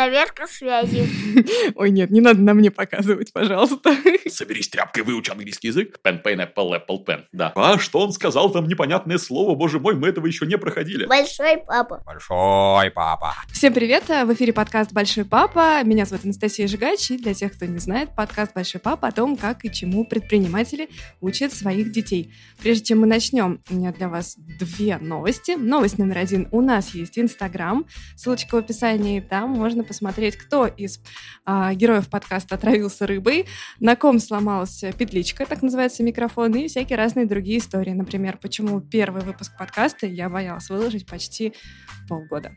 Проверка связи. Ой, нет, не надо на мне показывать, пожалуйста. Соберись тряпкой, выучи английский язык. Pen, apple, pen. Да. А что он сказал там непонятное слово? Боже мой, мы этого еще не проходили. Большой папа. Большой папа. Всем привет, в эфире подкаст «Большой папа». Меня зовут Анастасия Жигач, и для тех, кто не знает, подкаст «Большой папа» о том, как и чему предприниматели учат своих детей. Прежде чем мы начнем, у меня для вас две новости. Новость номер 1. У нас есть Инстаграм, ссылочка в описании. Там можно посмотреть, кто из героев подкаста отравился рыбой, на ком сломалась петличка, так называется микрофон, и всякие разные другие истории. Например, почему первый выпуск подкаста я боялась выложить почти полгода.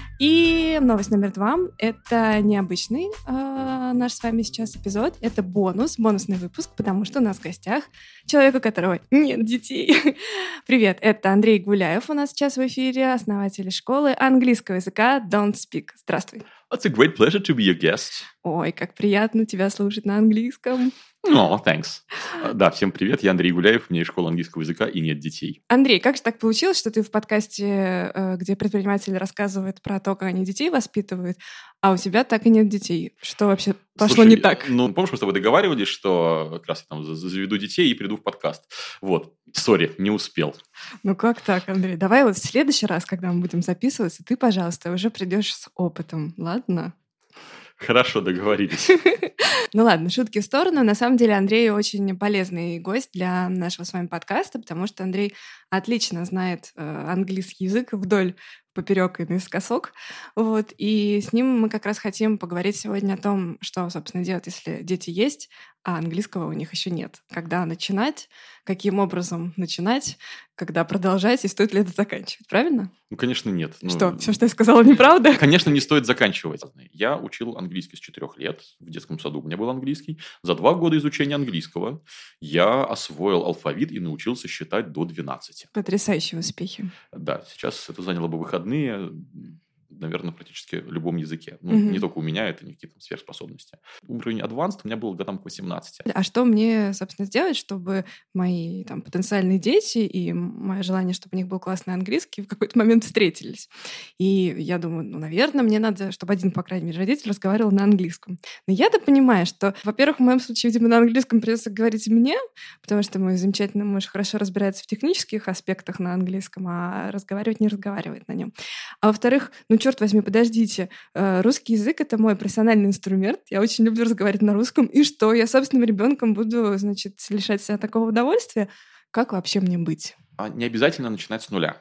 И новость номер 2. Это необычный наш с вами сейчас эпизод. Это бонусный выпуск, потому что у нас в гостях человек, у которого нет детей. Привет, это Андрей Гуляев у нас сейчас в эфире, основатель школы английского языка Don't Speak. Здравствуй. It's a great pleasure to be your guest. Ой, как приятно тебя слушать на английском. Oh, thanks. Да, всем привет, я Андрей Гуляев, у меня есть школа английского языка и нет детей. Андрей, как же так получилось, что ты в подкасте, где предприниматели рассказывают про то, как они детей воспитывают, а у тебя так и нет детей? Что вообще пошло не так? Ну, помнишь, мы с тобой договаривались, что как раз я там заведу детей и приду в подкаст. Вот, сори, не успел. Ну как так, Андрей? Давай вот в следующий раз, когда мы будем записываться, ты, пожалуйста, уже придешь с опытом, ладно? Хорошо, договорились. Ну ладно, шутки в сторону. На самом деле Андрей очень полезный гость для нашего с вами подкаста, потому что Андрей отлично знает английский язык вдоль, поперек и наискосок. Вот. И с ним мы как раз хотим поговорить сегодня о том, что, собственно, делать, если дети есть, а английского у них еще нет. Когда начинать, каким образом начинать, когда продолжать и стоит ли это заканчивать. Правильно? Ну, конечно, нет. Что, все, что я сказала, неправда? Конечно, не стоит заканчивать. Я учил английский с 4 лет. В детском саду у меня был английский. За 2 года изучения английского я освоил алфавит и научился считать до 12. Потрясающие успехи. Да, сейчас это заняло бы выходные, наверное, практически в любом языке. Ну, не только у меня, это не какие-то сверхспособности. Уровень advanced у меня был годам к 18. А что мне, собственно, сделать, чтобы мои там потенциальные дети и мое желание, чтобы у них был классный английский, в какой-то момент встретились? И я думаю, ну, наверное, мне надо, чтобы один, по крайней мере, родитель разговаривал на английском. Но я-то понимаю, что, во-первых, в моем случае, видимо, на английском придется говорить мне, потому что мой замечательный муж хорошо разбирается в технических аспектах на английском, а разговаривать не разговаривает на нем. А во-вторых, ну, черт возьми, подождите, русский язык — это мой профессиональный инструмент, я очень люблю разговаривать на русском, и что, я собственным ребенком буду, значит, лишать себя такого удовольствия? Как вообще мне быть? Не обязательно начинать с нуля.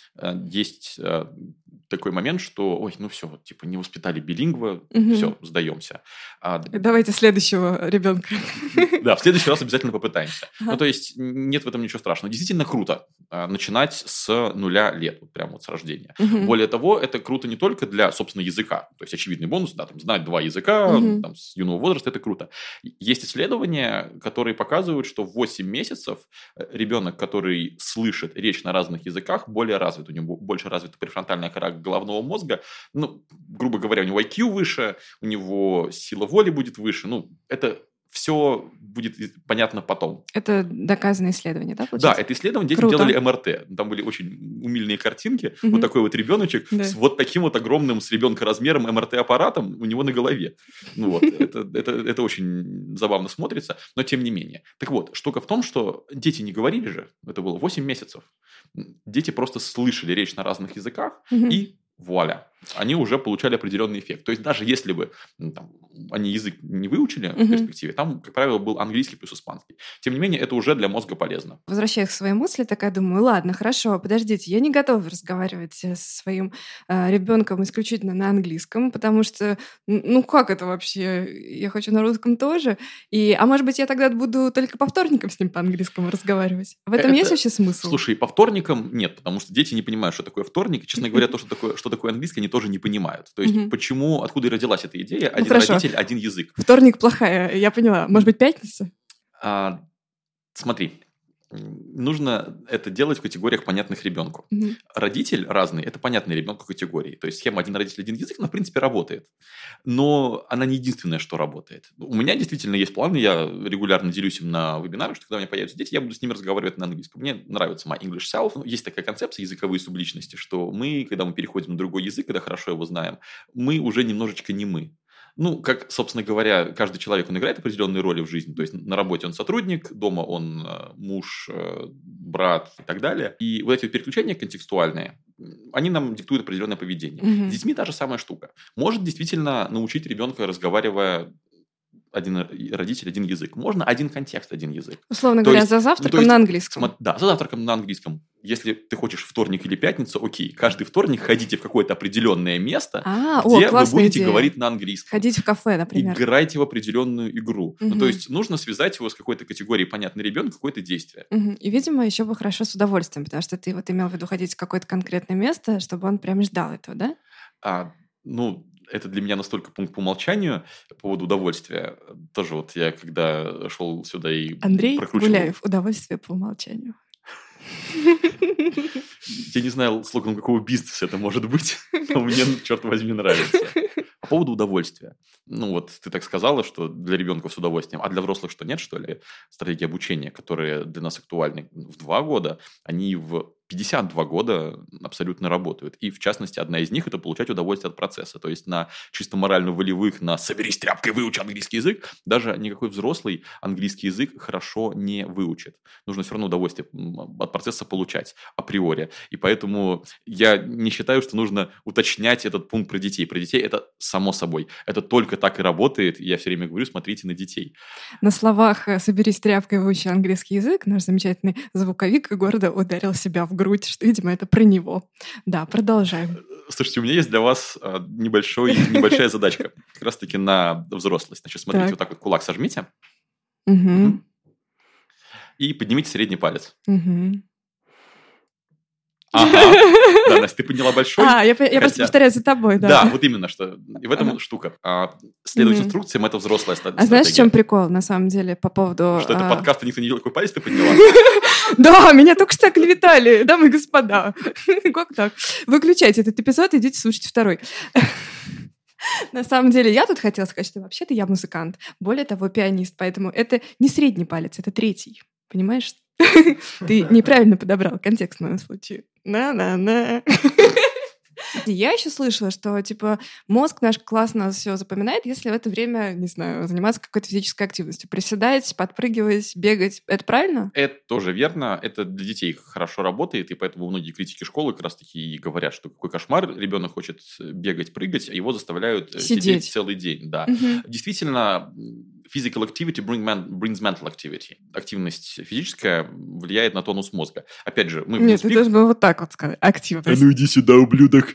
Есть такой момент, что, ой, ну все, типа не воспитали билингва, все, сдаемся. Давайте следующего ребенка. Да, в следующий раз обязательно попытаемся. Ну, то есть нет в этом ничего страшного. Действительно круто начинать с 0 лет, вот прямо вот с рождения. Более того, это круто не только для, собственно, языка. То есть очевидный бонус, да, там, знать 2 языка там, с юного возраста, это круто. Есть исследования, которые показывают, что в 8 месяцев ребенок, который слышит речь на разных языках, более развит. У него больше развита префронтальная кора головного мозга. Ну, грубо говоря, у него IQ выше, у него сила воли будет выше. Ну, это все будет понятно потом. Это доказанное исследование, да, получается? Да, это исследование. Дети Круто. делали МРТ. Там были очень умильные картинки. Вот такой вот ребеночек с вот таким вот огромным с ребенка размером МРТ-аппаратом у него на голове. Ну вот, это очень забавно смотрится, но тем не менее. Так вот, штука в том, что дети не говорили же, это было 8 месяцев. Дети просто слышали речь на разных языках и вуаля, они уже получали определенный эффект. То есть даже если бы там, они язык не выучили в перспективе, там, как правило, был английский плюс испанский. Тем не менее, это уже для мозга полезно. Возвращаясь к своей мысли, такая думаю, ладно, хорошо, подождите, я не готова разговаривать со своим ребенком исключительно на английском, потому что, ну как это вообще? Я хочу на русском тоже. А может быть, я тогда буду только по вторникам с ним по-английскому разговаривать? В этом есть вообще смысл? Слушай, по вторникам нет, потому что дети не понимают, что такое вторник. И, честно говоря, что такое английский, они тоже не понимают. То есть, почему, откуда и родилась эта идея? Один родитель, один язык. Вторник плохая, я поняла. Может быть, пятница? Смотри, нужно это делать в категориях, понятных ребенку. Родитель разный – это понятные ребенку категории. То есть схема «один родитель, один язык», она, в принципе, работает. Но она не единственное, что работает. У меня действительно есть планы, я регулярно делюсь им на вебинарах, что когда у меня появятся дети, я буду с ними разговаривать на английском. Мне нравится my English self. Есть такая концепция языковые субличности, что мы, когда мы переходим на другой язык, когда хорошо его знаем, мы уже немножечко не мы. Ну, как, собственно говоря, каждый человек, он играет определенные роли в жизни. То есть, на работе он сотрудник, дома он муж, брат и так далее. И вот эти переключения контекстуальные, они нам диктуют определенное поведение. С детьми та же самая штука. Может действительно научить ребенка, разговаривая один родитель, один язык. Можно один контекст, один язык. Условно говоря, за завтраком на английском. Да, за завтраком на английском. Если ты хочешь вторник или пятницу, окей, каждый вторник ходите в какое-то определенное место, где вы будете говорить на английском. Ходить в кафе, например. Играйте в определенную игру. Ну, то есть, нужно связать его с какой-то категорией понятный ребенок, какое-то действие. И, видимо, еще бы хорошо с удовольствием, потому что ты вот имел в виду ходить в какое-то конкретное место, чтобы он прям ждал этого, да? Это для меня настолько пункт по умолчанию по поводу удовольствия. Тоже вот я, когда шел сюда и Андрей прокручивал... Гуляев, удовольствие по умолчанию. Я не знаю, слоганом какого бизнеса это может быть, но мне, черт возьми, нравится. По поводу удовольствия. Ну вот ты так сказала, что для ребенка с удовольствием, а для взрослых что нет, что ли? Стратегии обучения, которые для нас актуальны в 2 года, они в 52 года абсолютно работают. И, в частности, одна из них – это получать удовольствие от процесса. То есть, на чисто морально-волевых, на «соберись тряпкой, выучи английский язык», даже никакой взрослый английский язык хорошо не выучит. Нужно все равно удовольствие от процесса получать априори. И поэтому я не считаю, что нужно уточнять этот пункт про детей. Про детей это само собой. Это только так и работает. И я все время говорю, смотрите на детей. На словах «соберись тряпкой, выучи английский язык» наш замечательный звуковик гордо ударил себя в грудь, что, видимо, это про него. Да, продолжаем. Слушайте, у меня есть для вас небольшая задачка. Как раз-таки на взрослость. Значит, смотрите, вот так вот кулак сожмите. И поднимите средний палец. Ага. Да, Настя, ты подняла большой. Я просто повторяю за тобой, да. Да, вот именно что. И в этом штука. Следовать инструкциям – это взрослая стратегия. А знаешь, в чем прикол, на самом деле, по поводу... Что это подкаст, и никто не делал, какой палец ты подняла? Да, меня только что оклеветали, дамы и господа. Как так? Выключайте этот эпизод, идите слушать второй. На самом деле, я тут хотела сказать, что вообще-то я музыкант. Более того, пианист, поэтому это не средний палец, это третий. Понимаешь? Ты неправильно подобрал контекст в моем случае. На-на-на. Я еще слышала, что, типа, мозг наш классно все запоминает, если в это время, не знаю, заниматься какой-то физической активностью. Приседать, подпрыгивать, бегать. Это правильно? Это тоже верно. Это для детей хорошо работает, и поэтому многие критики школы как раз-таки и говорят, что какой кошмар, ребенок хочет бегать, прыгать, а его заставляют сидеть целый день. Да. Действительно, physical activity brings mental activity. Активность физическая влияет на тонус мозга. Опять же, мы... Нет, ты должен был вот так вот сказать. Активность. А ну иди сюда, ублюдок.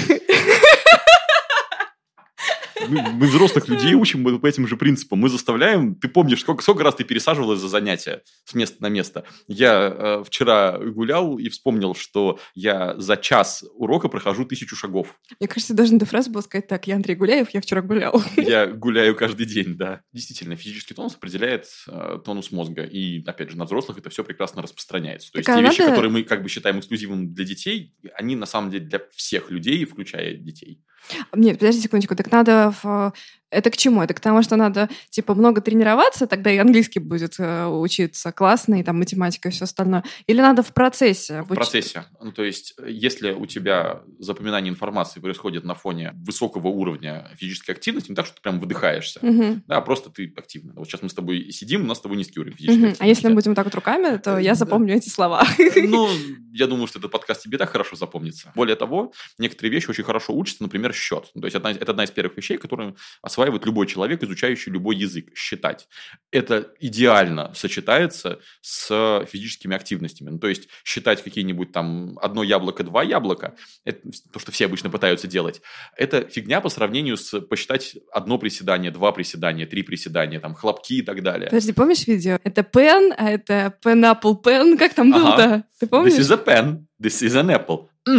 Мы взрослых людей учим по этим же принципам. Мы заставляем... Ты помнишь, сколько раз ты пересаживалась за занятия с места на место? Я вчера гулял и вспомнил, что я за час урока прохожу 1000 шагов. Мне кажется, даже на фразу было сказать так: я Андрей Гуляев, я вчера гулял. Я гуляю каждый день, да. Действительно, физический тонус определяет тонус мозга. И, опять же, на взрослых это все прекрасно распространяется. То есть те вещи, которые мы как бы считаем эксклюзивом для детей, они на самом деле для всех людей, включая детей. Нет, подожди секундочку, так надо... Это к чему? Это к тому, что надо, типа, много тренироваться, тогда и английский будет учиться классно, и там математика и все остальное. Или надо в процессе? В процессе. Ну, то есть, если у тебя запоминание информации происходит на фоне высокого уровня физической активности, не так, что ты прям выдыхаешься, да, просто ты активно. Вот сейчас мы с тобой сидим, у нас с тобой низкий уровень физической активности. А если мы будем так вот руками, то я запомню эти слова. Ну, я думаю, что этот подкаст тебе так хорошо запомнится. Более того, некоторые вещи очень хорошо учатся, например, счет. То есть, это одна из первых вещей, которые осваивает любой человек, изучающий любой язык, считать. Это идеально сочетается с физическими активностями. Ну, то есть, считать какие-нибудь там 1 яблоко, 2 яблока, это то, что все обычно пытаются делать, это фигня по сравнению с посчитать 1 приседание, 2 приседания, 3 приседания, там, хлопки и так далее. Подожди, помнишь видео? Это pen, а это pineapple pen, как там было-то? Ты помнишь? This is a pen, this is an apple.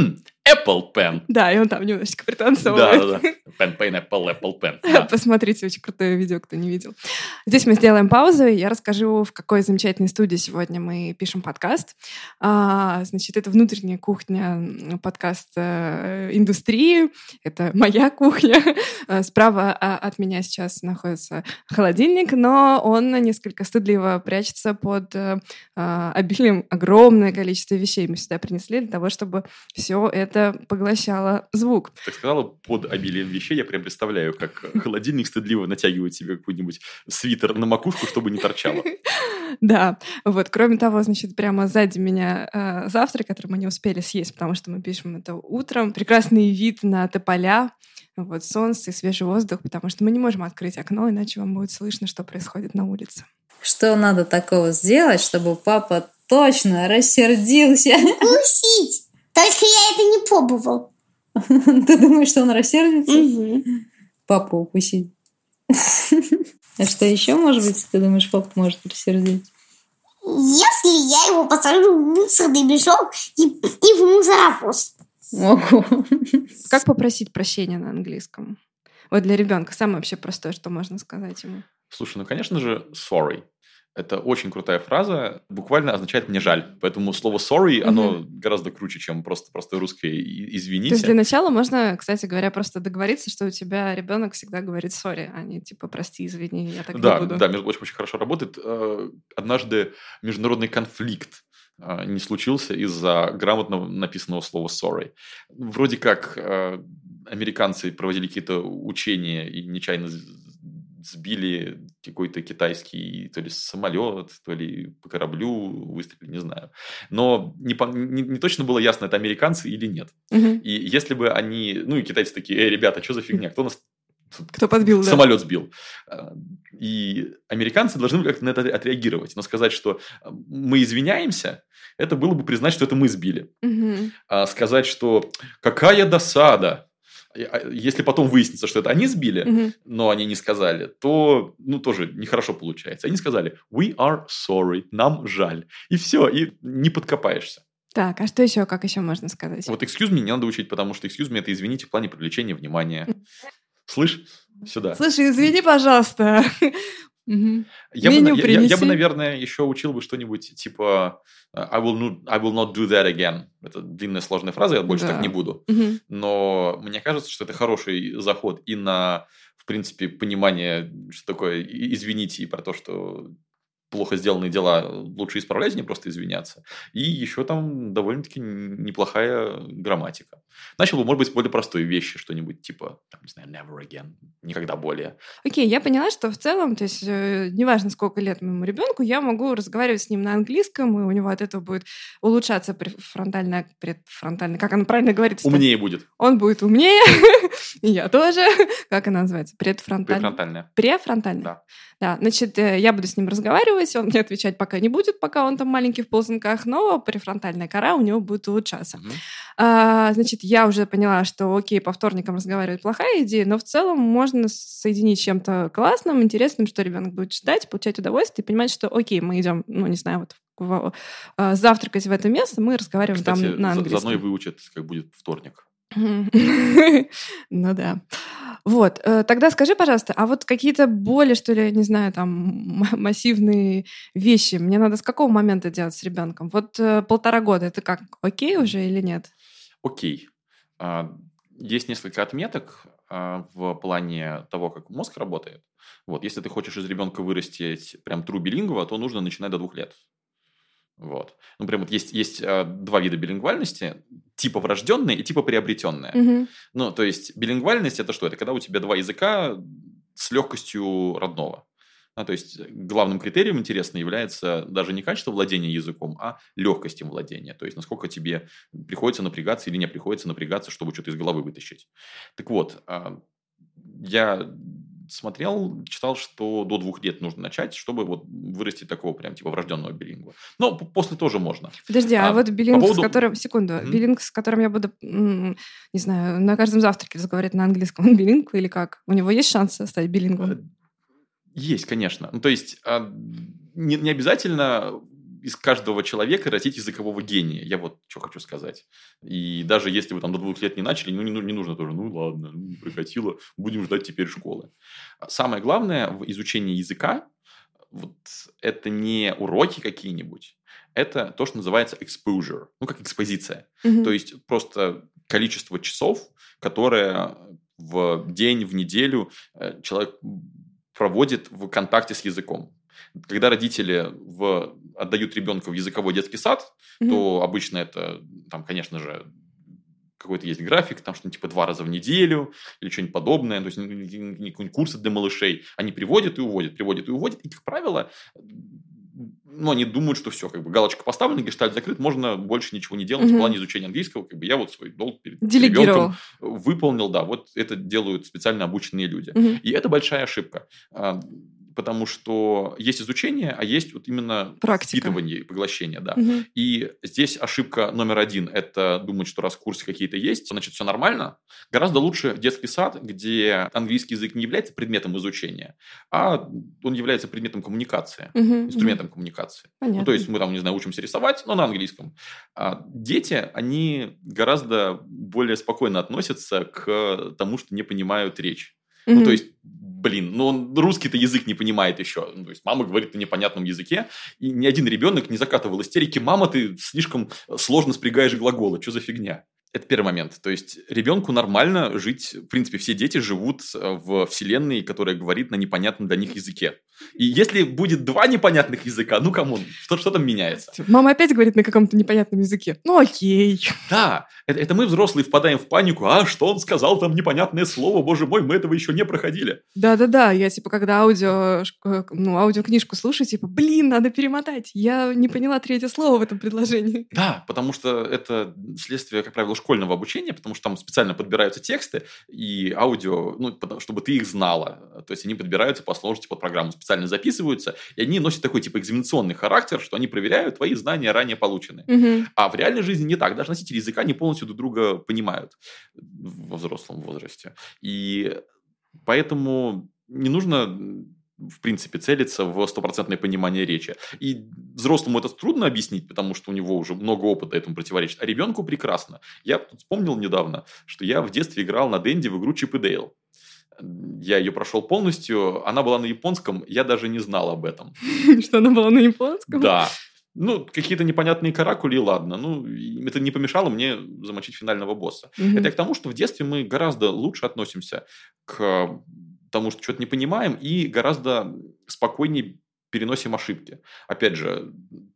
Apple pen. Да, и он там немножечко пританцовывает. Да. Pen, apple pen. Да. Посмотрите, очень крутое видео, кто не видел. Здесь мы сделаем паузу, и я расскажу, в какой замечательной студии сегодня мы пишем подкаст. Значит, это внутренняя кухня подкаст-индустрии. Это моя кухня. Справа от меня сейчас находится холодильник, но он несколько стыдливо прячется под обилием огромное количество вещей. Мы сюда принесли для того, чтобы все это поглощало звук. Так сказала, под обилием вещей я прям представляю, как холодильник стыдливо натягивает себе какой-нибудь свитер на макушку, чтобы не торчало. Да, вот. Кроме того, значит, прямо сзади меня завтрак, который мы не успели съесть, потому что мы пишем это утром. Прекрасный вид на тополя, вот, солнце и свежий воздух, потому что мы не можем открыть окно, иначе вам будет слышно, что происходит на улице. Что надо такого сделать, чтобы папа точно рассердился? Укусить! Только я это не пробовал. Ты думаешь, что он рассердится? Угу. Папу укусить. А что еще, может быть, ты думаешь, папа может рассердиться? Если я его посажу в мусорный мешок и в мусоровоз. Ого. Как попросить прощения на английском? Вот для ребенка самое вообще простое, что можно сказать ему. Слушай, ну, конечно же, sorry. Это очень крутая фраза, буквально означает «мне жаль». Поэтому слово sorry, оно гораздо круче, чем просто русское «извините». То есть для начала можно, кстати говоря, просто договориться, что у тебя ребенок всегда говорит sorry, а не типа прости, извини, я так не буду. Да, между прочим, очень хорошо работает. Однажды международный конфликт не случился из-за грамотно написанного слова sorry. Вроде как американцы проводили какие-то учения и нечаянно сбили какой-то китайский то ли самолет, то ли по кораблю выстрелили, не знаю. Но не точно было ясно, это американцы или нет. И если бы они... Ну, и китайцы такие, ребята, что за фигня? Кто подбил, да? Самолет сбил. И американцы должны были как-то на это отреагировать. Но сказать, что мы извиняемся, это было бы признать, что это мы сбили. А сказать, что какая досада, если потом выяснится, что это они сбили, но они не сказали, то, тоже нехорошо получается. Они сказали, we are sorry, нам жаль. И все, и не подкопаешься. Так, а что еще, как еще можно сказать? Вот excuse me не надо учить, потому что excuse me – это извините в плане привлечения внимания. Слышь, сюда. Слушай, извини, пожалуйста. Я бы, наверное, еще учил бы что-нибудь типа I will not do that again. Это длинная сложная фраза, я больше так не буду. Но мне кажется, что это хороший заход и на, в принципе, понимание, что такое извините, и про то, что плохо сделанные дела лучше исправлять, не просто извиняться. И еще там довольно-таки неплохая грамматика. Начал бы, может быть, более простые вещи, что-нибудь типа, не знаю, never again, никогда более. Окей, я поняла, что в целом, то есть неважно, сколько лет моему ребенку, я могу разговаривать с ним на английском, и у него от этого будет улучшаться предфронтальная, как она правильно говорится? Умнее будет. Он будет умнее, и я тоже. Как она называется? Префронтальная. Префронтальная? Да, значит, я буду с ним разговаривать, он мне отвечать пока не будет, пока он там маленький в ползунках, но префронтальная кора у него будет улучшаться. Значит, я уже поняла, что окей, по вторникам разговаривать плохая идея, но в целом можно соединить с чем-то классным, интересным, что ребенок будет читать, получать удовольствие и понимать, что окей, мы идем, не знаю, завтракать в это место, мы разговариваем. Кстати, там на английском. Заодно и выучат, как будет вторник. Ну да. Вот, тогда скажи, пожалуйста, а вот какие-то более, что ли, не знаю, там, массивные вещи мне надо с какого момента делать с ребенком? Вот 1,5 года, это как, окей уже или нет? Окей. Есть несколько отметок в плане того, как мозг работает. Вот, если ты хочешь из ребенка вырастить прям true билингва, то нужно начинать до 2 лет. Вот. Прям вот есть 2 вида билингвальности, типа врожденная и типа приобретенная. То есть билингвальность – это что? Это когда у тебя 2 языка с легкостью родного. То есть главным критерием, интересно, является даже не качество владения языком, а легкость им владения. То есть насколько тебе приходится напрягаться или не приходится напрягаться, чтобы что-то из головы вытащить. Так вот, я читал, что до 2 лет нужно начать, чтобы вот вырастить такого прям типа врожденного билингва. Но после тоже можно. Подожди, а вот билинг, с которым... Секунду. Билинг, с которым я буду, не знаю, на каждом завтраке разговаривать на английском, он билингв или как? У него есть шанс стать билингвом? Есть, конечно. То есть не обязательно из каждого человека растить языкового гения. Я вот что хочу сказать. И даже если вы там до 2 лет не начали, не нужно тоже, ладно, прикатило, будем ждать теперь школы. Самое главное в изучении языка, вот это не уроки какие-нибудь, это то, что называется exposure, как экспозиция. То есть просто количество часов, которое в день, в неделю человек проводит в контакте с языком. Когда родители отдают ребенка в языковой детский сад, то обычно это, там, конечно же, какой-то есть график, там что-нибудь типа 2 раза в неделю или что-нибудь подобное, то есть какие-нибудь курсы для малышей. Они приводят и уводят, и, как правило, они думают, что все, галочка поставлена, гештальт закрыт, можно больше ничего не делать в плане изучения английского, я вот свой долг перед ребенком выполнил, да, вот это делают специально обученные люди. И это большая ошибка. Потому что есть изучение, а есть вот именно впитывание и поглощение. Да. И здесь ошибка номер 1 – это думать, что раз курсы какие-то есть, значит, все нормально. Гораздо лучше детский сад, где английский язык не является предметом изучения, а он является предметом коммуникации, инструментом коммуникации. То есть мы там, не знаю, учимся рисовать, но на английском. А дети, они гораздо более спокойно относятся к тому, что не понимают речь. То есть, он русский-то язык не понимает еще. То есть, мама говорит на непонятном языке, и ни один ребенок не закатывал истерики. Мама, ты слишком сложно спрягаешь глаголы. Что за фигня? Это первый момент. То есть, ребенку нормально жить. В принципе, все дети живут в вселенной, которая говорит на непонятном для них языке. И если будет 2 непонятных языка, камон, что там меняется? Мама опять говорит на каком-то непонятном языке. Окей. Да, это мы, взрослые, впадаем в панику. А что он сказал там непонятное слово? Боже мой, мы этого еще не проходили. Да. Я, когда аудиокнижку слушаю, надо перемотать. Я не поняла 3-е слово в этом предложении. Да, потому что это следствие, как правило, школьного обучения, потому что там специально подбираются тексты и аудио, чтобы ты их знала. То есть, они подбираются по сложности под программу, специально записываются, и они носят такой экзаменационный характер, что они проверяют твои знания, ранее полученные. А в реальной жизни не так. Даже носители языка не полностью друг друга понимают во взрослом возрасте. И поэтому не нужно, в принципе, целиться в 100% понимание речи. И взрослому это трудно объяснить, потому что у него уже много опыта этому противоречит. А ребенку прекрасно. Я вспомнил недавно, что я в детстве играл на Денди в игру Чип и Дейл. Я ее прошел полностью. Она была на японском. Я даже не знал об этом. Что она была на японском? Да. Какие-то непонятные каракули, ладно. Это не помешало мне замочить финального босса. Это я к тому, что в детстве мы гораздо лучше относимся к тому, что что-то не понимаем, и гораздо спокойнее переносим ошибки. Опять же,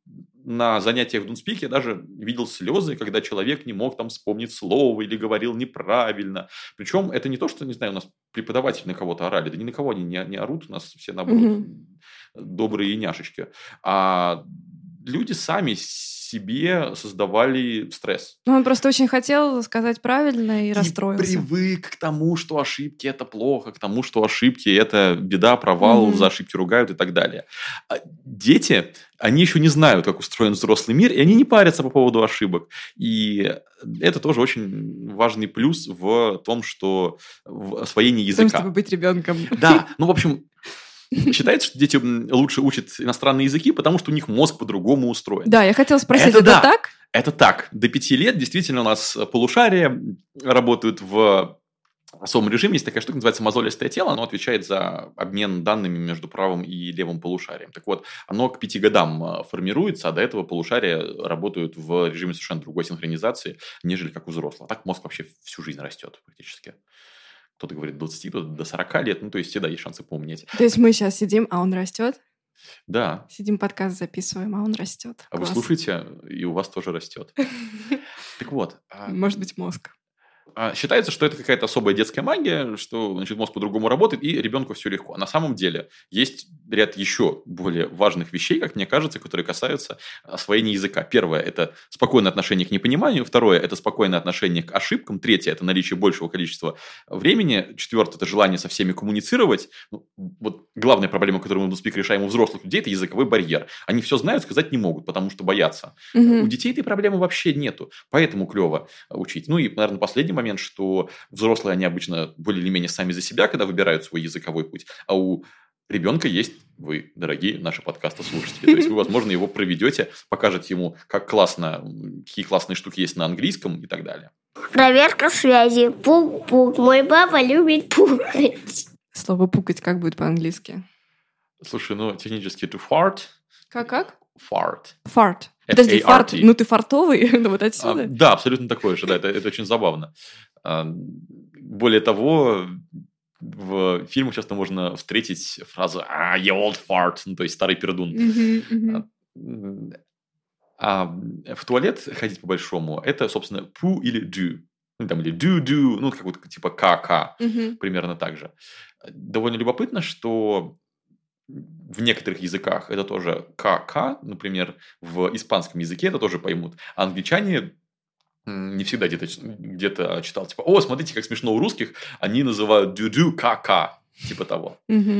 на занятиях в Дунспик я даже видел слезы, когда человек не мог там вспомнить слово или говорил неправильно. Причем это не то, что, не знаю, у нас преподаватели на кого-то орали. Да ни на кого они не орут, у нас все, наоборот, добрые няшечки. А люди сами себе создавали стресс. Он просто очень хотел сказать правильно и расстроился. И привык к тому, что ошибки – это плохо, к тому, что ошибки – это беда, провал, за ошибки ругают и так далее. А дети, они еще не знают, как устроен взрослый мир, и они не парятся по поводу ошибок. И это тоже очень важный плюс в том, что в освоении языка. В том, чтобы быть ребенком. Да, в общем... Считается, что дети лучше учат иностранные языки, потому что у них мозг по-другому устроен. Да, я хотела спросить, это так? Это так. До 5 лет действительно у нас полушария работают в особом режиме. Есть такая штука, называется мозолистое тело. Оно отвечает за обмен данными между правым и левым полушарием. Так вот, оно к 5 годам формируется, а до этого полушария работают в режиме совершенно другой синхронизации, нежели как у взрослого. Так мозг вообще всю жизнь растет практически. Кто-то говорит 20, кто-то до 40 лет. То есть, всегда есть шансы поумнеть. То есть, мы сейчас сидим, а он растет? Да. Сидим, подкаст записываем, а он растет. А класс. Вы слушаете, и у вас тоже растет. Так вот. Может быть, мозг. Считается, что это какая-то особая детская магия, что, значит, мозг по-другому работает, и ребенку все легко. А на самом деле есть ряд еще более важных вещей, как мне кажется, которые касаются освоения языка. Первое – это спокойное отношение к непониманию. Второе – это спокойное отношение к ошибкам. Третье – это наличие большего количества времени. Четвертое – это желание со всеми коммуницировать. Вот главная проблема, которую мы в Speak решаем у взрослых людей – это языковой барьер. Они все знают, сказать не могут, потому что боятся. У детей этой проблемы вообще нету. Поэтому клево учить. И, наверное, последний момент, что взрослые, они обычно более или менее сами за себя, когда выбирают свой языковой путь, а у ребенка есть вы, дорогие наши подкастослушатели. То есть вы, возможно, его проведете, покажете ему, как классно, какие классные штуки есть на английском и так далее. Проверка связи. Пук-пук. Мой папа любит пукать. Слово «пукать» как будет по-английски? Слушай, технически to fart. Как? Fart. Фарт. Подожди, фарт. F-A-R-T. Ты фартовый? Вот отсюда? Да, абсолютно такое же, да, это очень забавно. Более того, в фильмах часто можно встретить фразу «you old fart», то есть старый пердун. А в туалет ходить по-большому – это, собственно, poo или do. Или do, как вот типа ка-ка, примерно так же. Довольно любопытно, что в некоторых языках это тоже ка-ка, например, в испанском языке это тоже поймут. А англичане не всегда где-то читал, типа, о, смотрите, как смешно у русских, они называют дю-дю ка-ка, типа того.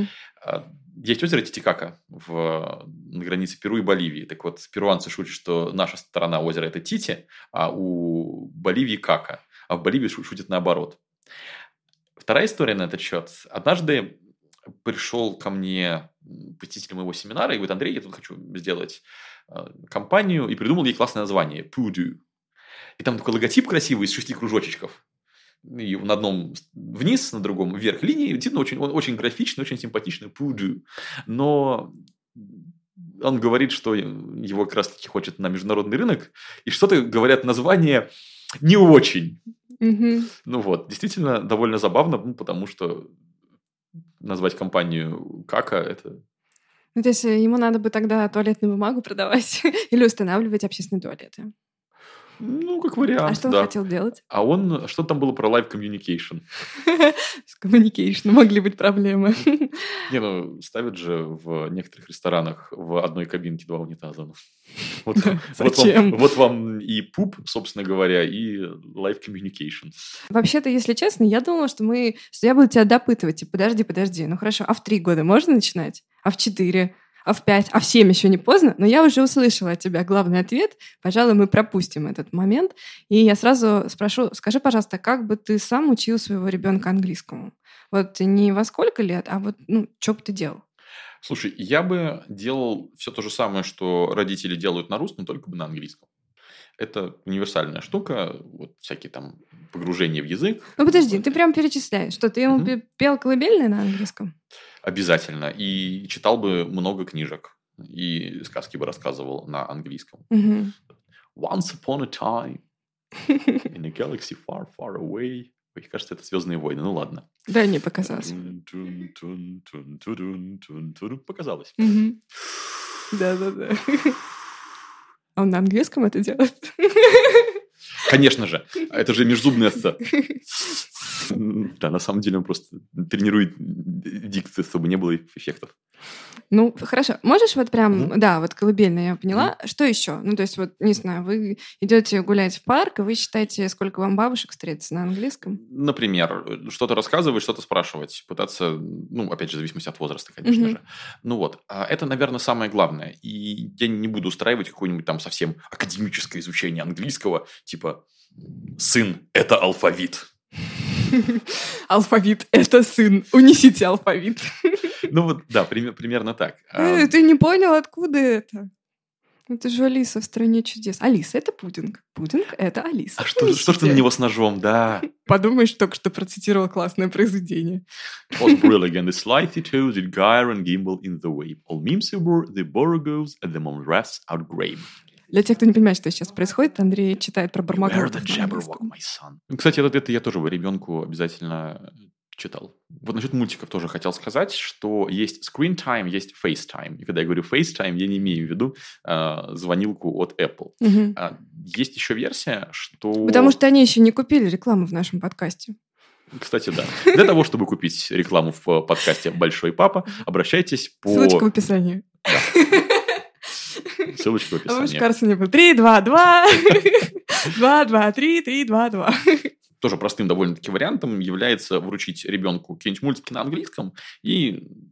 Есть озеро Титикака на границе Перу и Боливии. Так вот, перуанцы шутят, что наша сторона озера – это Тити, а у Боливии – Кака. А в Боливии шутят наоборот. Вторая история на этот счет. Однажды пришел ко мне посетитель моего семинара и говорит: Андрей, я тут хочу сделать компанию, и придумал ей классное название – Pudu. И там такой логотип красивый из 6 кружочечков. И на одном вниз, на другом вверх линии. Действительно, он очень графичный, очень симпатичный Pudu. Но он говорит, что его как раз-таки хочет на международный рынок. И что-то говорят название не очень. Действительно, довольно забавно, потому что назвать компанию Кака – это... То есть ему надо бы тогда туалетную бумагу продавать или устанавливать общественные туалеты. Как вариант, А что он хотел делать? А что там было про live communication? С communication могли быть проблемы. Ставят же в некоторых ресторанах в одной кабинке 2 унитаза. Зачем? Вот вам и пуп, собственно говоря, и live communication. Вообще-то, если честно, я думала, что я буду тебя допытывать. Подожди. Хорошо, а в 3 года можно начинать? А в 4? А в 5, а в 7 еще не поздно, но я уже услышала от тебя главный ответ. Пожалуй, мы пропустим этот момент. И я сразу спрошу, скажи, пожалуйста, как бы ты сам учил своего ребенка английскому? Вот не во сколько лет, а вот, что бы ты делал? Слушай, я бы делал все то же самое, что родители делают на русском, только бы на английском. Это универсальная штука, вот всякие там погружения в язык. Подожди, ты прям перечисляешь, что ты ему пел колыбельные на английском? Обязательно. И читал бы много книжек. И сказки бы рассказывал на английском. Once upon a time in a galaxy far, far away. Ой, кажется, это «Звездные войны». Ну ладно. Да, не показалось. Показалось. Да. А он на английском это делает? Конечно же. Это же межзубный «ц». Да, на самом деле он просто тренирует дикцию, чтобы не было эффектов. Хорошо. Можешь вот прям, вот колыбельная, я поняла. Что еще? То есть вот, не знаю, вы идете гулять в парк, и вы считаете, сколько вам бабушек встретится на английском? Например, что-то рассказывать, что-то спрашивать. Пытаться, опять же, в зависимости от возраста, конечно же. Это, наверное, самое главное. И я не буду устраивать какое-нибудь там совсем академическое изучение английского, типа «сын – это алфавит». Алфавит – это сын. Унесите алфавит. Примерно так. Ты не понял, откуда это? Это же Алиса в «Стране чудес». Алиса – это пудинг. Пудинг – это Алиса. А что ж ты на него с ножом, да? Подумаешь, только что процитировал классное произведение. Was brilliant and the slightly toes did gyre and gimble in the wave. All memes were the borogoves and the monrats outgrabe. Для тех, кто не понимает, что сейчас происходит, Андрей читает про Бармаглотов. Кстати, это я тоже ребенку обязательно читал. Вот насчет мультиков тоже хотел сказать, что есть screen time, есть FaceTime. И когда я говорю FaceTime, я не имею в виду звонилку от Apple. Есть еще версия, что... Потому что они еще не купили рекламу в нашем подкасте. Кстати, да. Для того, чтобы купить рекламу в подкасте «Большой папа», обращайтесь по... Ссылочка в описании. Ссылочка в описании. Кажется, не было. 3, 2, 2. 2, 2, 3, 3, 2, 2. Тоже простым довольно-таки вариантом является вручить ребенку какие-нибудь мультики на английском и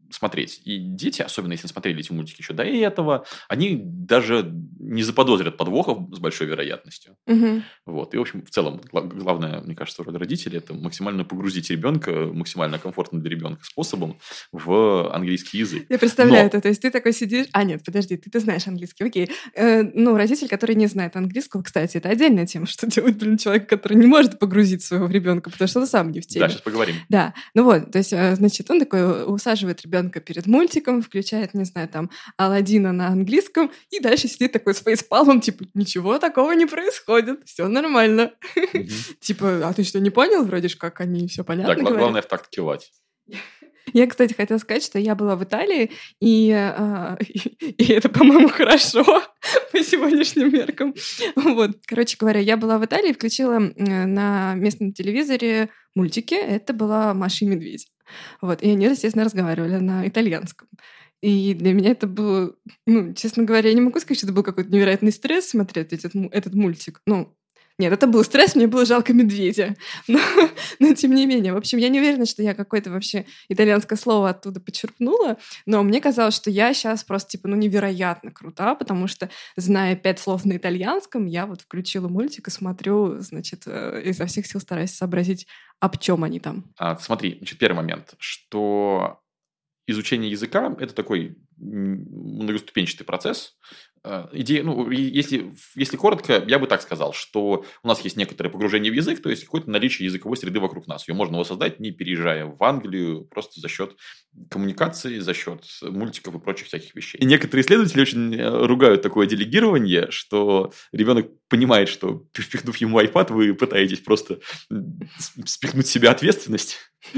смотреть. И дети, особенно если смотрели эти мультики еще до этого, они даже не заподозрят подвохов с большой вероятностью. Вот. И, в общем, в целом, главное, мне кажется, роль родителей – это максимально погрузить ребенка максимально комфортным для ребенка способом в английский язык. Я представляю это. То есть ты такой сидишь... нет, подожди, ты знаешь английский, окей. Родитель, который не знает английского, кстати, это отдельная тема, что делать, человек, который не может погрузить своего ребенка, потому что он сам не в теме. Да, сейчас поговорим. Да. То есть, значит, он такой усаживает ребенка перед мультиком, включает, не знаю, там, Аладдина на английском, и дальше сидит такой с фейспалмом, типа, ничего такого не происходит, все нормально. Типа, а ты что, не понял? Вроде ж как они все понятно говорят. Главное в такт кивать. Я, кстати, хотела сказать, что я была в Италии, и это, по-моему, хорошо по сегодняшним меркам. Короче говоря, я была в Италии, включила на местном телевизоре мультики. Это была «Маша и медведь». И они, естественно, разговаривали на итальянском. И для меня это было... честно говоря, я не могу сказать, что это был какой-то невероятный стресс смотреть этот мультик. Нет, это был стресс, мне было жалко медведя. Но тем не менее. В общем, я не уверена, что я какое-то вообще итальянское слово оттуда почерпнула, но мне казалось, что я сейчас просто, невероятно крута, потому что, зная 5 слов на итальянском, я включила мультик и смотрю, значит, изо всех сил стараюсь сообразить, об чем они там. Смотри, первый момент, что изучение языка – это такой многоступенчатый процесс. Идея, если коротко, я бы так сказал, что у нас есть некоторое погружение в язык, то есть какое-то наличие языковой среды вокруг нас. Ее можно воссоздать, не переезжая в Англию, просто за счет коммуникации, за счет мультиков и прочих всяких вещей. И некоторые исследователи очень ругают такое делегирование, что ребенок понимает, что, впихнув ему iPad, вы пытаетесь просто спихнуть с себя ответственность.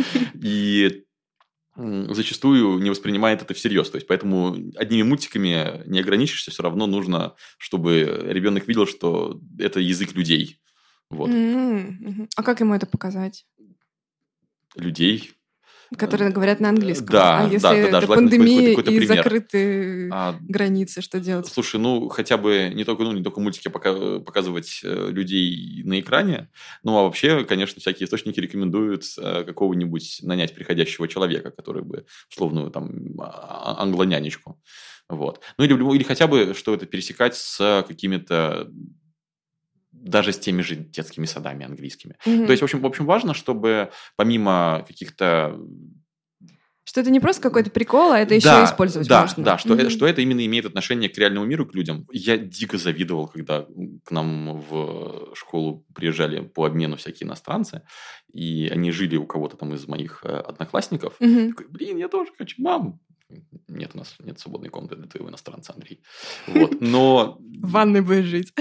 И зачастую не воспринимает это всерьез. То есть, поэтому одними мультиками не ограничишься, все равно нужно, чтобы ребенок видел, что это язык людей. А как ему это показать? Людей. Которые говорят на английском. Да, а если да, пандемия какой-то и пример. Закрытые границы, что делать? Слушай, хотя бы не только мультики показывать людей на экране, а вообще, конечно, всякие источники рекомендуют какого-нибудь нанять приходящего человека, который бы, условную там англонянечку. Или хотя бы что-то пересекать с какими-то даже с теми же детскими садами английскими. То есть, в общем, важно, чтобы помимо каких-то... Что это не просто какой-то прикол, а это еще и использовать можно. Да, что это именно имеет отношение к реальному миру, к людям. Я дико завидовал, когда к нам в школу приезжали по обмену всякие иностранцы, и они жили у кого-то там из моих одноклассников. Такой, я тоже хочу, мам. Нет, у нас нет свободной комнаты для твоего иностранца, Андрей. Но... В ванной будешь жить.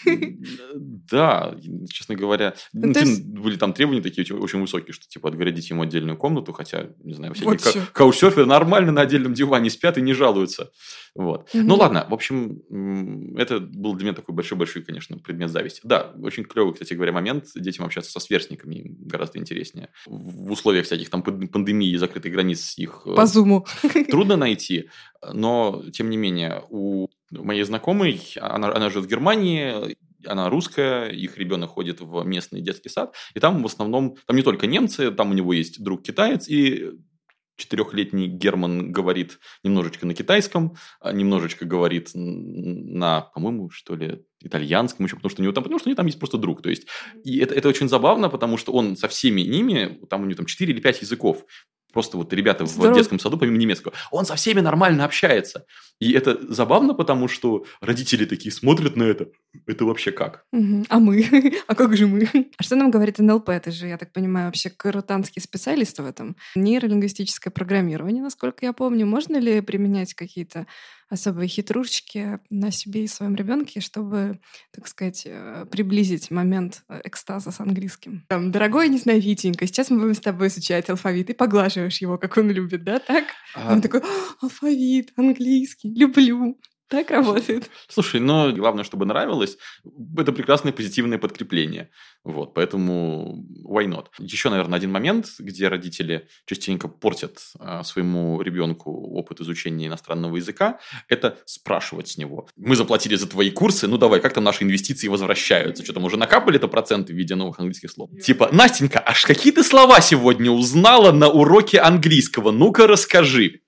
Да, честно говоря. Были там требования такие очень высокие, что отгородить ему отдельную комнату, хотя, не знаю, всякие каучсерферы нормально на отдельном диване спят и не жалуются. Ладно, в общем, это был для меня такой большой-большой, конечно, предмет зависти. Да, очень клевый, кстати говоря, момент. Детям общаться со сверстниками им гораздо интереснее. В условиях всяких там пандемии и закрытых границ их... По зуму. Трудно найти, но, тем не менее, у моей знакомой, она живет в Германии, она русская, их ребенок ходит в местный детский сад, и там в основном, там не только немцы, там у него есть друг китаец, и 4-летний Герман говорит немножечко на китайском, немножечко говорит на, по-моему, что ли, итальянском еще, потому что у него там есть просто друг. То есть, и это очень забавно, потому что он со всеми ними, там у него там 4 или 5 языков. Просто ребята в детском саду, помимо немецкого, он со всеми нормально общается. И это забавно, потому что родители такие смотрят на это. Это вообще как? А мы? А как же мы? А что нам говорит НЛП? Ты же, я так понимаю, вообще крутанский специалист в этом. Нейролингвистическое программирование, насколько я помню. Можно ли применять какие-то особые хитрушечки на себе и своем ребенке, чтобы, так сказать, приблизить момент экстаза с английским? Дорогой, не знаю, Витенька, сейчас мы будем с тобой изучать алфавит, и поглаживаешь его, как он любит, да, так? Он такой, алфавит, английский, люблю. Так работает. Слушай, но главное, чтобы нравилось. Это прекрасное позитивное подкрепление. Поэтому why not? Еще, наверное, один момент, где родители частенько портят своему ребенку опыт изучения иностранного языка, это спрашивать с него. Мы заплатили за твои курсы, давай, как там наши инвестиции возвращаются? Что там, уже накапали-то проценты в виде новых английских слов? Типа, Настенька, аж какие ты слова сегодня узнала на уроке английского? Ну-ка, расскажи.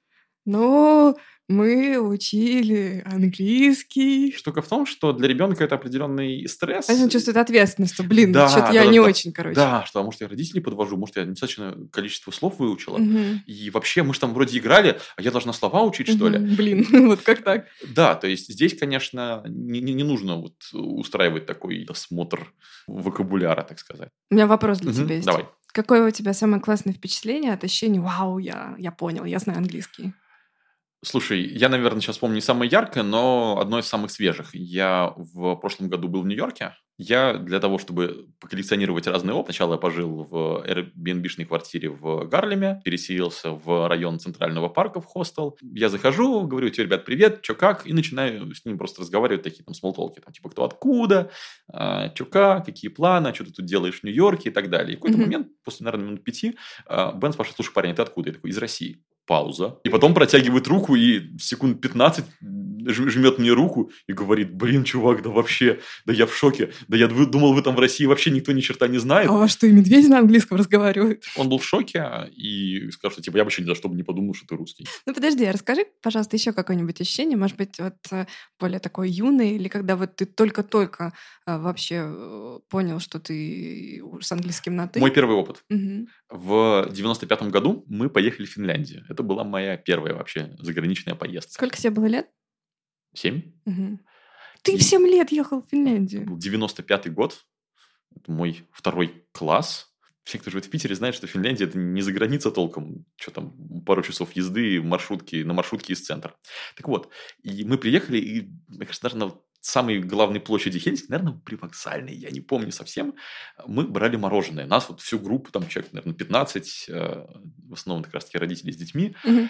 Ну, мы учили английский. Штука в том, что для ребенка это определенный стресс. Он чувствует ответственность, что, блин, Да, что-то да, я да, не да. очень, короче. Да, что, может, я родителей подвожу, может, я недостаточно количество слов выучила. Мгм. И вообще, мы же там вроде играли, а я должна слова учить, что ли? Блин, вот как так? Да, то есть здесь, конечно, не нужно вот устраивать такой осмотр вокабуляра, так сказать. У меня вопрос для Мгм, тебя есть. давай. Какое у тебя самое классное впечатление от ощущения «Вау, я понял, я знаю английский»? Слушай, я, наверное, сейчас помню не самое яркое, но одно из самых свежих. Я в прошлом году был в Нью-Йорке. Я для того, чтобы поколлекционировать разный опыт, сначала я пожил в Airbnb-шной квартире в Гарлеме, переселился в район Центрального парка в хостел. Я захожу, говорю: тебе, ребят, привет, чё как? И начинаю с ними просто разговаривать, такие там смолтолки, там, типа, кто откуда, чё как, какие планы, что ты тут делаешь в Нью-Йорке и так далее. И в какой-то момент, после, наверное, минут 5, Бен спрашивает: слушай, парень, ты откуда? Я такой: из России. Пауза. И потом протягивает руку и секунд 15 жмет мне руку и говорит: блин, чувак, да вообще, да я в шоке. Да я думал, вы там в России вообще никто ни черта не знает. А у вас что, и медведи на английском разговаривают? Он был в шоке и сказал, что типа я вообще ни за что бы не подумал, что ты русский. Ну, подожди, расскажи, пожалуйста, еще какое-нибудь ощущение, может быть, вот более такое юное, или когда вот ты только-только вообще понял, что ты с английским на «ты». Мой первый опыт. Мгм. В 95-м году мы поехали в Финляндию. Это была моя первая вообще заграничная поездка. Сколько тебе было лет? 7. Мгм. Ты И в 7 лет ехал в Это Финляндию. был 95-й год. Это мой 2 класс. Все, кто живет в Питере, знают, что Финляндия – это не за граница толком. Что там, пару часов езды на маршрутке из центра. Так вот, и мы приехали, и, мне кажется, наверное, самой главной площади Хельсинки, наверное, привокзальной, я не помню совсем, мы брали мороженое. Нас вот всю группу, там человек, наверное, 15, в основном как раз-таки родители с детьми, Мгм.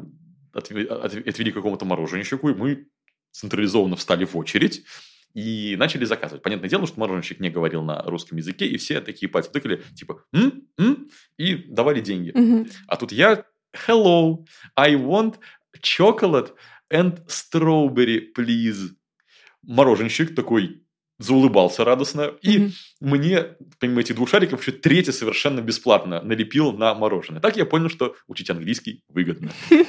отвели к какому-то мороженщику, и мы централизованно встали в очередь и начали заказывать. Понятное дело, что мороженщик не говорил на русском языке, и все такие пальцы тыкали, типа и давали деньги. Мгм. А тут я: hello, I want chocolate and strawberry, please. Мороженщик такой заулыбался радостно, и Мгм. мне, помимо этих 2 шариков, еще 3 совершенно бесплатно налепил на мороженое. Так я понял, что учить английский выгодно.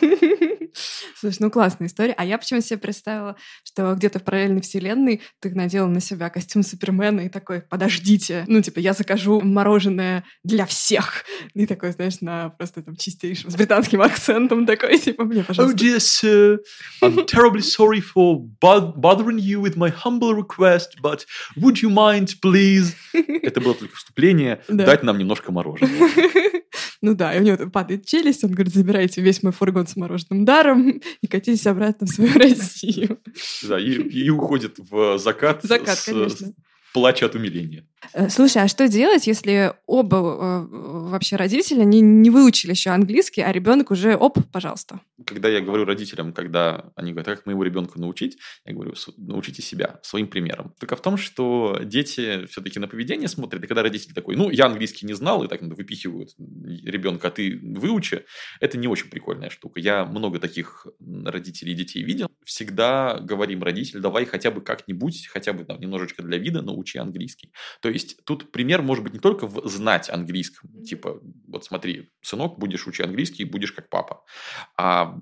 Слушай, ну классная история. А я почему-то себе представила, что где-то в параллельной вселенной ты надела на себя костюм Супермена и такой: подождите, ну типа я закажу мороженое для всех. И такой, знаешь, на просто там чистейшем, с британским акцентом такой, типа мне, Oh пожалуйста. dear sir, I'm terribly sorry for bothering you with my humble request, but would you mind, please? Это было только вступление. Да. Дать нам немножко мороженого. Ну да, и у него там падает челюсть, он говорит: забирайте весь мой фургон с мороженым даром и катитесь обратно в свою Россию. Да, и уходит в закат, Закат, конечно. плача от умиления. Слушай, а что делать, если оба вообще родителя не выучили еще английский, а ребенок уже пожалуйста? Когда я говорю родителям, когда они говорят: как моего ребенка научить, я говорю: научите себя своим примером. Только в том, что дети все-таки на поведение смотрят, и когда родитель такой: ну, я английский не знал, и так выпихивают ребенка, а ты выучи, это не очень прикольная штука. Я много таких родителей и детей видел. Всегда говорим родителям: давай хотя бы как-нибудь, хотя бы там немножечко для вида научи английский. То есть тут пример может быть не только в знать английском, типа, вот смотри, сынок, будешь учить английский, будешь как папа, а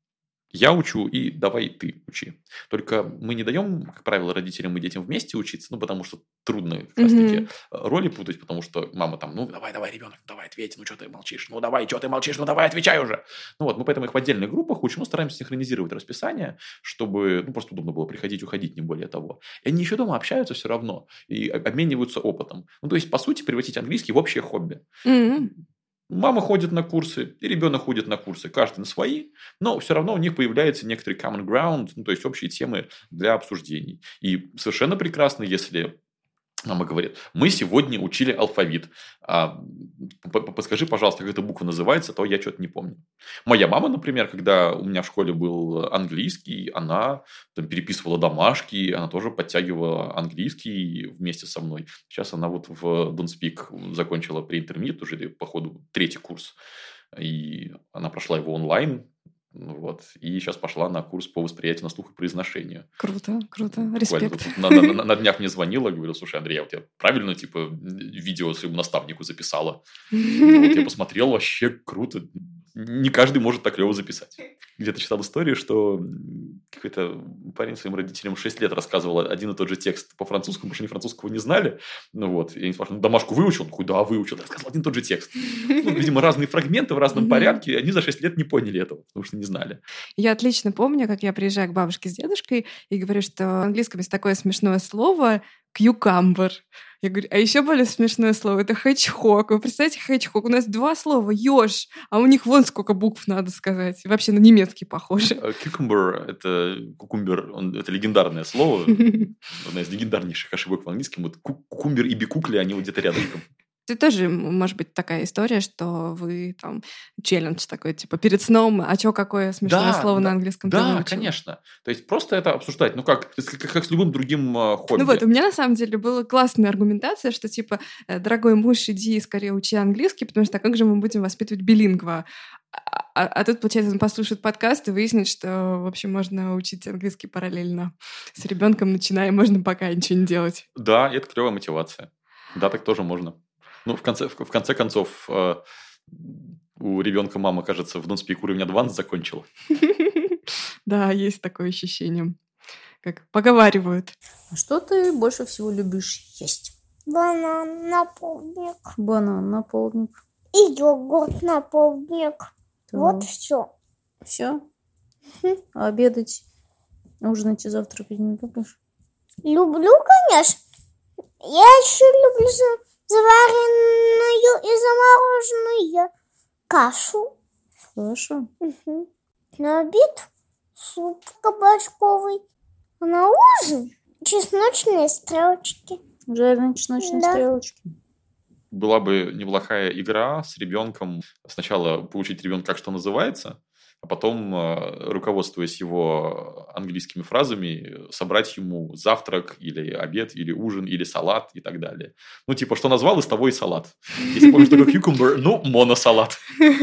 я учу, и давай ты учи. Только мы не даем, как правило, родителям и детям вместе учиться, ну, потому что трудно как раз-таки роли путать, потому что мама там: ну, давай, ребенок, давай, ответь, ну, что ты молчишь, ну, давай, что ты молчишь, ну, давай, отвечай уже. Ну, вот, мы поэтому их в отдельных группах учим, но стараемся синхронизировать расписание, чтобы, ну, просто удобно было приходить, уходить, не более того. И они еще дома общаются все равно и обмениваются опытом. Ну, то есть, по сути, превратить английский в общее хобби. Мгм. Мама ходит на курсы, и ребенок ходит на курсы, каждый на свои, но все равно у них появляется некоторый common ground, ну, то есть общие темы для обсуждений. И совершенно прекрасно, если мама говорит: мы сегодня учили алфавит, подскажи, пожалуйста, как эта буква называется, то я что-то не помню. Моя мама, например, когда у меня в школе был английский, она там переписывала домашки, она тоже подтягивала английский вместе со мной. Сейчас она вот в Don't Speak закончила pre-intermediate, уже, походу, 3-й курс, и она прошла его онлайн. Вот. И сейчас пошла на курс по восприятию на слух и произношению. Круто, круто, Буквально респект. тут на днях мне звонила, говорила: слушай, Андрей, а вот я правильно, типа, видео своему наставнику записала? Ну, вот я посмотрел, вообще круто. не каждый может так клево записать. Где-то читал историю, что какой-то парень своим родителям 6 лет рассказывал один и тот же текст по-французски, потому что они французского не знали. Ну вот, и они спрашивают, домашку выучил? Он такой, да, выучил. Рассказывал один и тот же текст. Ну, видимо, разные фрагменты в разном порядке, и они за 6 лет не поняли этого, потому что не знали. Я отлично помню, как я приезжаю к бабушке с дедушкой и говорю, что в английском есть такое смешное слово «cucumber». Я говорю, а еще более смешное слово — это hedgehog. Вы представляете, hedgehog? У нас 2 слова «еж», а у них вон сколько букв надо сказать. Вообще на немецкий похоже. Cucumber — это кукумбер, это легендарное слово. Одна из легендарнейших ошибок в английском. Вот кукумбер и бикукли, они вот где-то рядышком. Это тоже, может быть, такая история, что вы там челлендж такой, типа, перед сном, а чё, какое смешное слово на английском ты выучил? Да, конечно. То есть просто это обсуждать, ну как с любым другим хобби. Ну вот, у меня на самом деле была классная аргументация, что типа, дорогой муж, иди скорее учи английский, потому что как же мы будем воспитывать билингва? А тут, получается, он послушает подкаст и выяснит, что, в общем, можно учить английский параллельно с ребенком, начиная, можно пока ничего не делать. Да, это клевая мотивация. Да, так тоже можно. Ну, в конце концов, у ребенка мама, кажется, в Don't Speak уровень Advanced закончила. Да, есть такое ощущение. Как поговаривают. А что ты больше всего любишь есть? Банан на полдник. Банан на полдник. И йогурт на полдник. Так. Вот все. Все? А обедать, ужинать и завтракать не любишь? Люблю, конечно. Я еще люблю заваренную и замороженную кашу. Хорошо. На обед суп кабачковый. А на ужин чесночные стрелочки. Жареные чесночные стрелочки. Была бы неплохая игра с ребенком. Сначала поучить ребенка, как что называется, а потом, руководствуясь его английскими фразами, собрать ему завтрак или обед, или ужин, или салат и так далее. Ну, типа, что назвал, из того и салат. Если помнишь, что такое cucumber, ну, моносалат.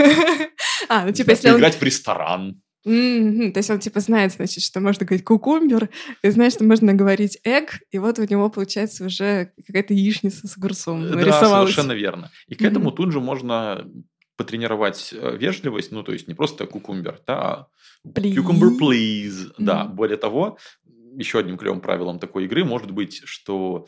Ну, типа, если он... Играть в ресторан. То есть он типа знает, значит, что можно говорить кукумбер, и знает, что можно говорить эг, и вот у него получается уже какая-то яичница с огурцом нарисовалась. Да, совершенно верно. И к этому тут же можно потренировать вежливость, ну, то есть не просто кукумбер, да, а cucumber, please. Да, более того, еще одним клевым правилом такой игры может быть, что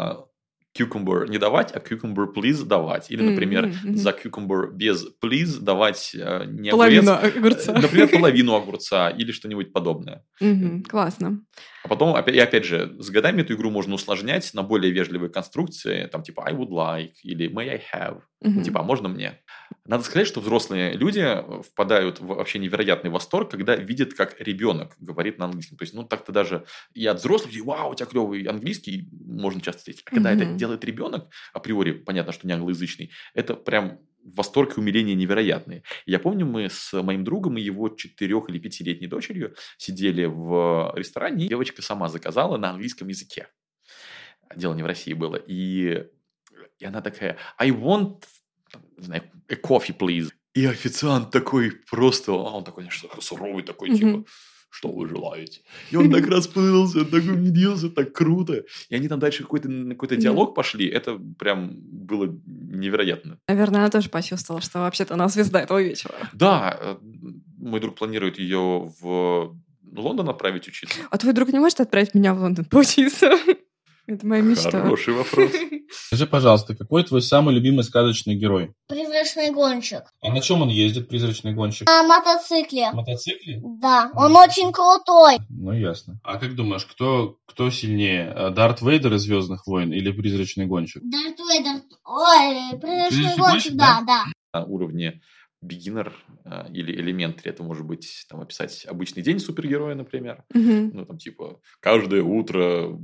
cucumber не давать, а cucumber please давать. Или, например, за cucumber без please давать не половину огурца. Например, половину огурца или что-нибудь подобное. Классно. А потом, опять же, с годами эту игру можно усложнять на более вежливые конструкции, там типа I would like или may I have, ну, типа, а можно мне? Надо сказать, что взрослые люди впадают в вообще невероятный восторг, когда видят, как ребенок говорит на английском. То есть, ну, так-то даже и от взрослых людей, вау, у тебя клевый английский, можно часто встретить. А когда это делает ребенок, априори понятно, что не англоязычный, это прям восторг и умиление невероятные. Я помню, мы с моим другом и его 4 или 5-летней дочерью сидели в ресторане, и девочка сама заказала на английском языке. Дело не в России было. И она такая, I want, не знаю, a coffee, please. И официант такой просто, он такой, конечно, суровый такой, типа, что вы желаете? И он так расплылся, так умилился, так круто. И они там дальше какой-то диалог пошли. Это прям было невероятно. Наверное, она тоже почувствовала, что вообще-то она звезда этого вечера. Да, мой друг планирует ее в Лондон отправить учиться. А твой друг не может отправить меня в Лондон поучиться? Это моя мечта. Хороший вопрос. Скажи, пожалуйста, какой твой самый любимый сказочный герой? Призрачный гонщик. А на чем он ездит, призрачный гонщик? На мотоцикле. На мотоцикле? Да, он очень крутой. Ну, ясно. А как думаешь, кто сильнее? Дарт Вейдер из «Звездных войн» или призрачный гонщик? Дарт Вейдер. Ой, призрачный гонщик, да. На уровне beginner или elementary, это может быть там описать обычный день супергероя, например. Ну, там типа каждое утро,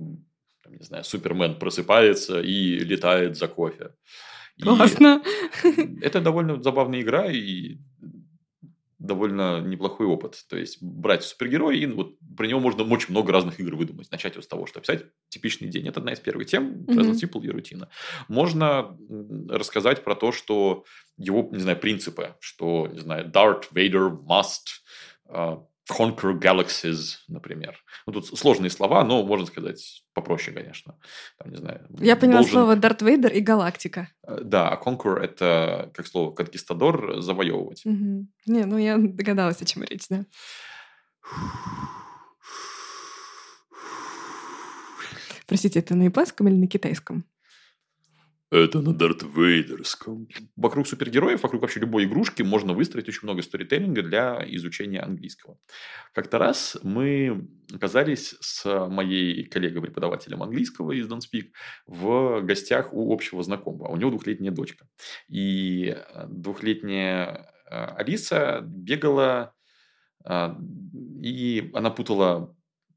не знаю, Супермен просыпается и летает за кофе. Классно. Это довольно забавная игра и довольно неплохой опыт. То есть брать супергероя, и вот про него можно очень много разных игр выдумать. Начать вот с того, что описать типичный день. Это одна из первых тем, present simple и рутина. Можно рассказать про то, что его, не знаю, принципы, что, не знаю, Darth Vader must conquer galaxies, например. Ну, тут сложные слова, но можно сказать попроще, конечно. Там, не знаю, Я поняла слово Дарт Вейдер и галактика. Да, а conquer — это как слово конкистадор, завоевывать. Угу. Не, ну я догадалась, о чем речь, да. Простите, это на японском или на китайском? Это на Дарт Вейдерском. Вокруг супергероев, вокруг вообще любой игрушки можно выстроить очень много сторителлинга для изучения английского. Как-то раз мы оказались с моей коллегой-преподавателем английского из Don't Speak в гостях у общего знакомого. У него 2-летняя дочка. И 2-летняя Алиса бегала, и она путала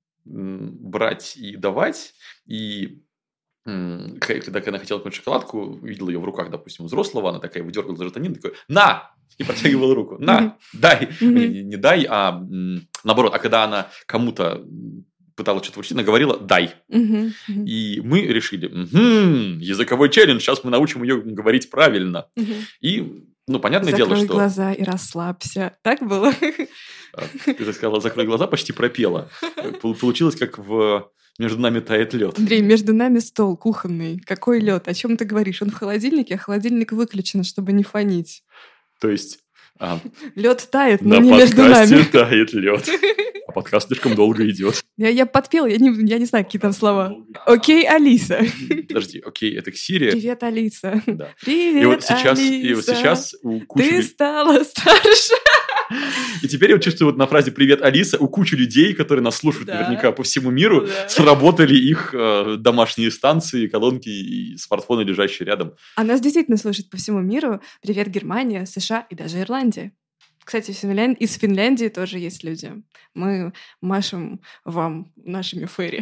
брать и давать, и когда она хотела какую-нибудь шоколадку, видела ее в руках, допустим, взрослого, она такая выдергивала за штанин, такой «На!» и протягивала руку. «На! Дай!» Не «дай», а наоборот. А когда она кому-то пыталась что-то вручить, она говорила «дай». И мы решили языковой челлендж, сейчас мы научим ее говорить правильно. И, ну, понятное дело, что... Закрой глаза и расслабься. Так было? Ты так сказала «закрой глаза», почти пропела. Получилось как в... «Между нами тает лед». Андрей, между нами стол кухонный. Какой лед? О чем ты говоришь? Он в холодильнике, а холодильник выключен, чтобы не фонить. То есть... Лед тает, но не между нами. На подкасте тает лед. А подкаст слишком долго идет. Я подпела, я не знаю, какие там слова. Окей, Алиса. Подожди, окей, это к Сири. Привет, Алиса. Да. Привет, Алиса. И вот сейчас у кучи... Ты стала старше. И теперь я чувствую вот на фразе «Привет, Алиса» у кучи людей, которые нас слушают наверняка по всему миру, сработали их домашние станции, колонки и смартфоны, лежащие рядом. А нас действительно слушают по всему миру. Привет, Германия, США и даже Ирландия. Кстати, из Финляндии тоже есть люди. Мы машем вам нашими фэри.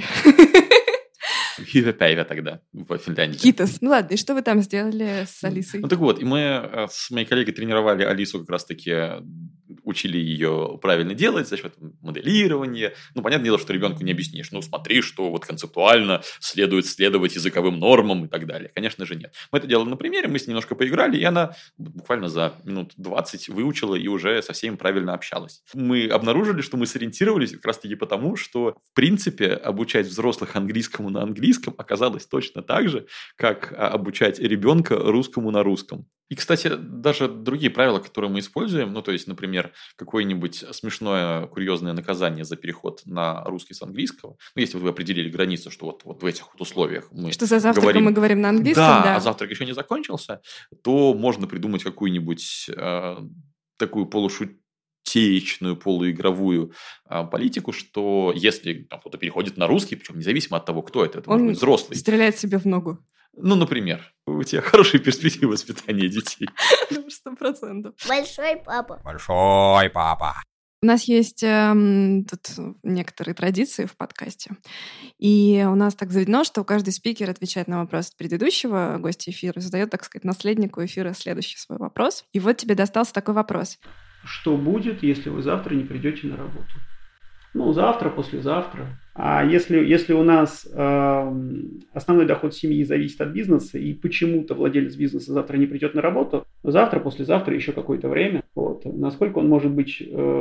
Хиве-пейве тогда в Финляндии. Китас. Ну ладно, и что вы там сделали с Алисой? Ну так вот, и мы с моей коллегой тренировали Алису, как раз-таки учили ее правильно делать за счет моделирования. Ну, понятное дело, что ребенку не объяснишь. Ну, смотри, что вот концептуально следует следовать языковым нормам и так далее. Конечно же, нет. Мы это делали на примере, мы с ней немножко поиграли, и она буквально за минут 20 выучила и уже со всеми правильно общалась. Мы обнаружили, что мы сориентировались как раз-таки потому, что, в принципе, обучать взрослых английскому на английском оказалось точно так же, как обучать ребенка русскому на русском. И, кстати, даже другие правила, которые мы используем, ну, то есть, например, какое-нибудь смешное, курьезное наказание за переход на русский с английского, ну, если вы определили границу, что вот в этих вот условиях мы что за завтраком мы говорим на английском, да, а завтрак еще не закончился, то можно придумать какую-нибудь такую полушутеечную, полуигровую политику, что если там, кто-то переходит на русский, причем независимо от того, кто это может быть взрослый. Стреляет себе в ногу. Ну, например, у тебя хорошие перспективы воспитания детей. 100%. Большой папа. Большой папа. У нас есть тут некоторые традиции в подкасте. И у нас так заведено, что каждый спикер отвечает на вопрос предыдущего гостя эфира, задает, так сказать, наследнику эфира следующий свой вопрос. И вот тебе достался такой вопрос. Что будет, если вы завтра не придете на работу? Ну, завтра, послезавтра. А если у нас основной доход семьи зависит от бизнеса, и почему-то владелец бизнеса завтра не придет на работу, то завтра, послезавтра, еще какое-то время, вот, насколько он может быть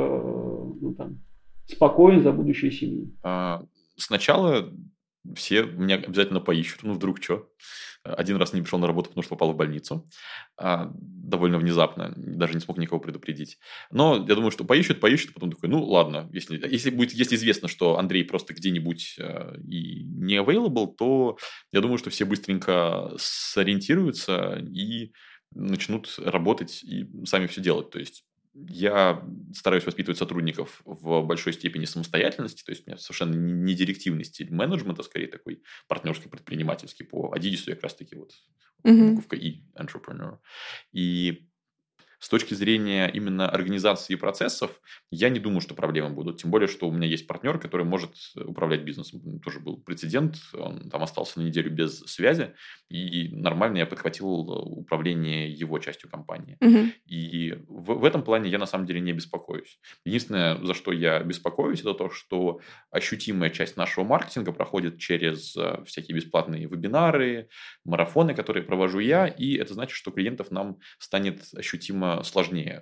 спокоен за будущее семьи? Сначала все меня обязательно поищут, ну вдруг что. Один раз не пришел на работу, потому что попал в больницу. Довольно внезапно, даже не смог никого предупредить. Но я думаю, что поищут, потом такой, ну ладно, если известно, что Андрей просто где-нибудь и не available, то я думаю, что все быстренько сориентируются и начнут работать и сами все делать. То есть я стараюсь воспитывать сотрудников в большой степени самостоятельности, то есть у меня совершенно не директивный стиль менеджмента, скорее такой партнерский, предпринимательский. По Адидису я как раз-таки вот буковка И, entrepreneur. И с точки зрения именно организации процессов, я не думаю, что проблемы будут. Тем более, что у меня есть партнер, который может управлять бизнесом. Тоже был прецедент. Он там остался на неделю без связи. И нормально я подхватил управление его частью компании. И в этом плане я на самом деле не беспокоюсь. Единственное, за что я беспокоюсь, это то, что ощутимая часть нашего маркетинга проходит через всякие бесплатные вебинары, марафоны, которые провожу я. И это значит, что клиентов нам станет ощутимо сложнее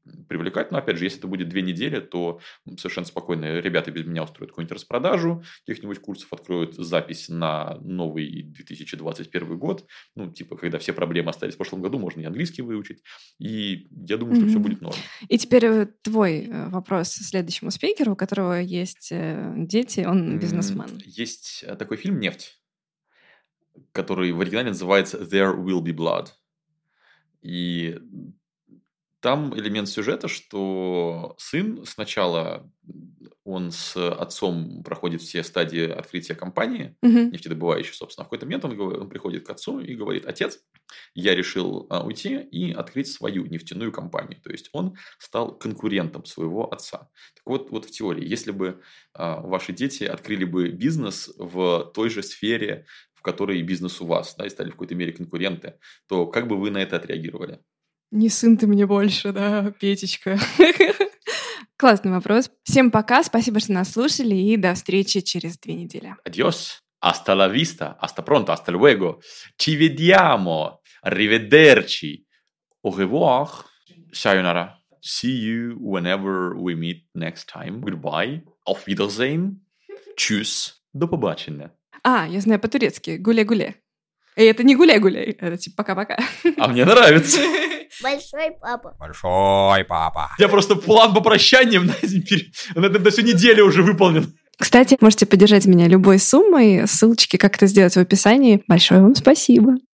привлекать. Но, опять же, если это будет 2 недели, то совершенно спокойно ребята без меня устроят какую-нибудь распродажу каких-нибудь курсов, откроют запись на новый 2021 год. Ну, типа, когда все проблемы остались в прошлом году, можно и английский выучить. И я думаю, что все будет норм. И теперь твой вопрос следующему спикеру, у которого есть дети, он бизнесмен. Есть такой фильм «Нефть», который в оригинале называется «There Will Be Blood». И там элемент сюжета, что сын сначала, он с отцом проходит все стадии открытия компании, нефтедобывающей, собственно. В какой-то момент он приходит к отцу и говорит: отец, я решил уйти и открыть свою нефтяную компанию. То есть он стал конкурентом своего отца. Так вот в теории, если бы ваши дети открыли бы бизнес в той же сфере, в которой бизнес у вас, да, и стали в какой-то мере конкуренты, то как бы вы на это отреагировали? Не сын ты мне больше, да, Петечка. Классный вопрос. Всем пока, спасибо, что нас слушали, и до встречи через 2 недели. Adios, hasta la vista, hasta pronto, hasta luego. Ci vediamo, arrivederci, au revoir, sayonara. See you whenever we meet next time. Goodbye, auf Wiedersehen, tschüss, до побачення. Я знаю по-турецки, гуле-гуле. И это не гуляй-гуляй, это типа пока-пока. А мне нравится. Большой папа. Большой папа. Я просто план по прощаниям на всю неделю уже выполнен. Кстати, можете поддержать меня любой суммой. Ссылочки, как это сделать, в описании. Большое вам спасибо.